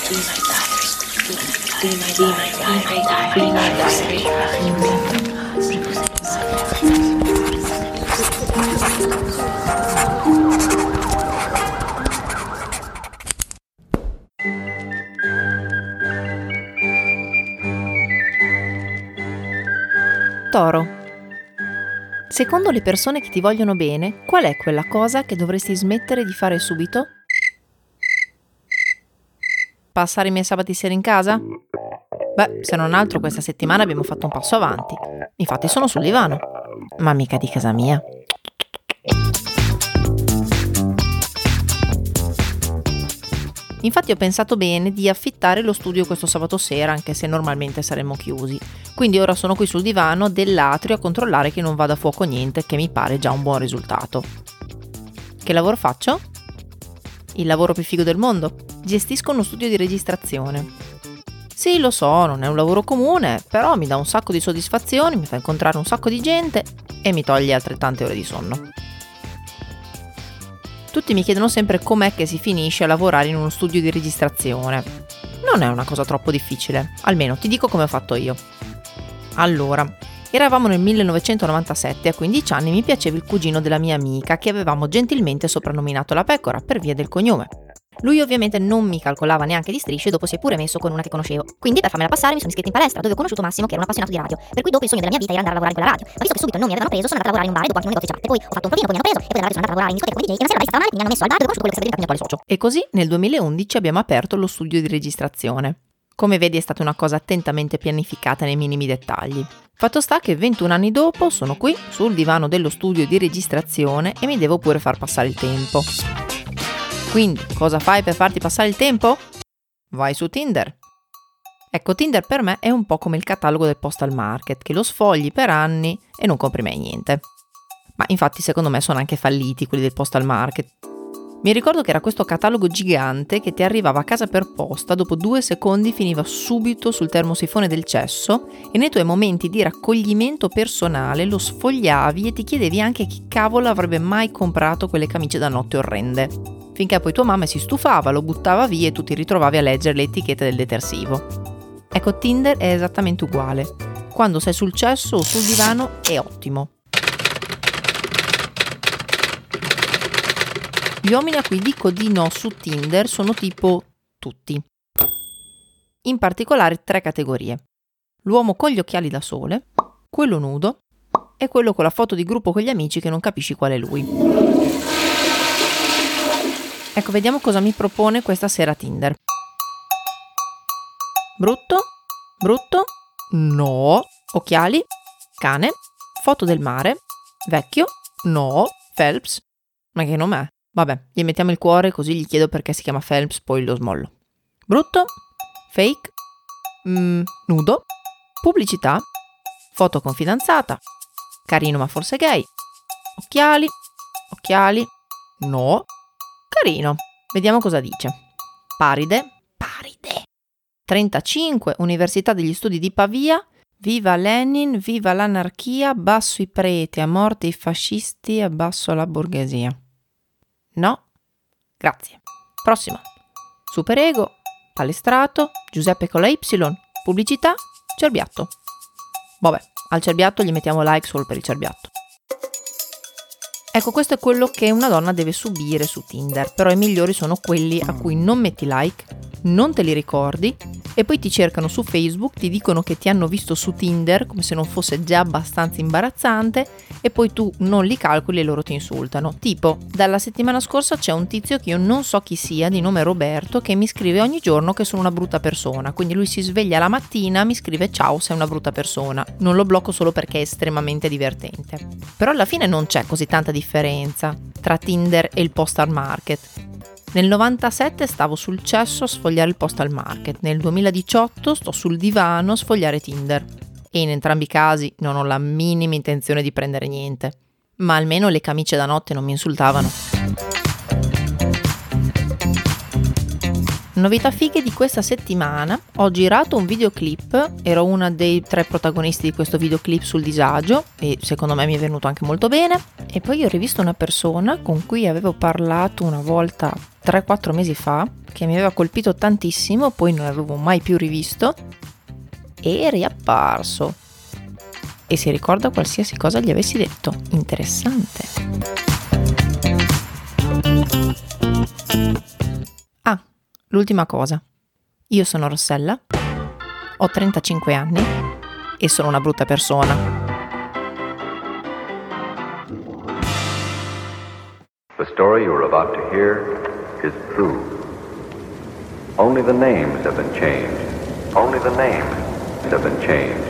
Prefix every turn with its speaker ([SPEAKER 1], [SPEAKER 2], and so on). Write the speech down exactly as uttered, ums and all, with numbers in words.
[SPEAKER 1] Toro. Secondo le persone che ti vogliono bene, qual è quella cosa che dovresti smettere di fare subito? Passare i miei sabati sera in casa? Beh, se non altro questa settimana abbiamo fatto un passo avanti. Infatti sono sul divano. Ma mica di casa mia. Infatti ho pensato bene di affittare lo studio questo sabato sera, anche se normalmente saremmo chiusi. Quindi ora sono qui sul divano dell'atrio a controllare che non vada a fuoco niente, che mi pare già un buon risultato. Che lavoro faccio? Il lavoro più figo del mondo. Gestisco uno studio di registrazione. Sì, lo so, non è un lavoro comune, però mi dà un sacco di soddisfazioni, mi fa incontrare un sacco di gente e mi toglie altrettante ore di sonno. Tutti mi chiedono sempre com'è che si finisce a lavorare in uno studio di registrazione. Non è una cosa troppo difficile, almeno ti dico come ho fatto io. Allora, eravamo nel millenovecentonovantasette e a quindici anni mi piaceva il cugino della mia amica che avevamo gentilmente soprannominato la pecora per via del cognome. Lui ovviamente non mi calcolava neanche di strisce e dopo si è pure messo con una che conoscevo. Quindi per farmela passare mi sono iscritta in palestra dove ho conosciuto Massimo che era un appassionato di radio. Per cui dopo il sogno della mia vita era andare a lavorare in quella radio. Ma visto che subito non mi avevano preso sono andata a lavorare in un bar e dopo anche in un negozio di chat. E poi ho fatto un provino, poi mi hanno preso e poi dalla radio sono andata a lavorare in discoteca come D J e una sera la stava male, quindi mi hanno messo al bar dove ho conosciuto quello che sarebbe diventato il mio attuale socio. E così nel duemilaundici abbiamo aperto lo studio di registrazione. Come vedi è stata una cosa attentamente pianificata nei minimi dettagli. Fatto sta che ventuno anni dopo sono qui sul divano dello studio di registrazione e mi devo pure far passare il tempo. Quindi, cosa fai per farti passare il tempo? Vai su Tinder. Ecco, Tinder per me è un po' come il catalogo del postal market, che lo sfogli per anni e non compri mai niente. Ma infatti secondo me sono anche falliti quelli del postal market. Mi ricordo che era questo catalogo gigante che ti arrivava a casa per posta, dopo due secondi finiva subito sul termosifone del cesso e nei tuoi momenti di raccoglimento personale lo sfogliavi e ti chiedevi anche chi cavolo avrebbe mai comprato quelle camicie da notte orrende. Finché poi tua mamma si stufava, lo buttava via e tu ti ritrovavi a leggere le etichette del detersivo. Ecco, Tinder è esattamente uguale. Quando sei sul cesso o sul divano è ottimo. Gli uomini a cui dico di no su Tinder sono tipo tutti. In particolare tre categorie. L'uomo con gli occhiali da sole, quello nudo e quello con la foto di gruppo con gli amici che non capisci qual è lui. Ecco, vediamo cosa mi propone questa sera Tinder. Brutto? Brutto? No. Occhiali? Cane? Foto del mare? Vecchio? No. Phelps? Ma che nome è? Vabbè, gli mettiamo il cuore così gli chiedo perché si chiama Phelps, poi lo smollo. Brutto? Fake? Mm, nudo? Pubblicità? Foto con fidanzata? Carino ma forse gay? Occhiali? Occhiali? No. Carino. Vediamo cosa dice. Paride? Paride. trentacinque, Università degli Studi di Pavia. Viva Lenin, viva l'anarchia, basso i preti, a morte i fascisti, abbasso la borghesia. No, grazie. Prossimo. Superego, palestrato, Giuseppe con la Y, pubblicità, cerbiatto. Vabbè, al cerbiatto gli mettiamo like solo per il cerbiatto. Ecco, questo è quello che una donna deve subire su Tinder, però i migliori sono quelli a cui non metti like, non te li ricordi e poi ti cercano su Facebook, ti dicono che ti hanno visto su Tinder come se non fosse già abbastanza imbarazzante e poi tu non li calcoli e loro ti insultano. Tipo, dalla settimana scorsa c'è un tizio che io non so chi sia, di nome Roberto, che mi scrive ogni giorno che sono una brutta persona, quindi lui si sveglia la mattina, mi scrive ciao sei una brutta persona, non lo blocco solo perché è estremamente divertente. Però alla fine non c'è così tanta differenza tra Tinder e il postal market. Nel novantasette stavo sul cesso a sfogliare il postal market, nel duemiladiciotto sto sul divano a sfogliare Tinder e in entrambi i casi non ho la minima intenzione di prendere niente, ma almeno le camicie da notte non mi insultavano. Novità fighe di questa settimana: ho girato un videoclip, ero una dei tre protagonisti di questo videoclip sul disagio e secondo me mi è venuto anche molto bene. E poi ho rivisto una persona con cui avevo parlato una volta tre quattro mesi fa, che mi aveva colpito tantissimo, poi non l'avevo mai più rivisto, e è riapparso. E si ricorda qualsiasi cosa gli avessi detto. Interessante. Ah, l'ultima cosa. Io sono Rossella, ho trentacinque anni e sono una brutta persona.
[SPEAKER 2] The story you are about to hear is true. Only the names have been changed. Only the names have been changed.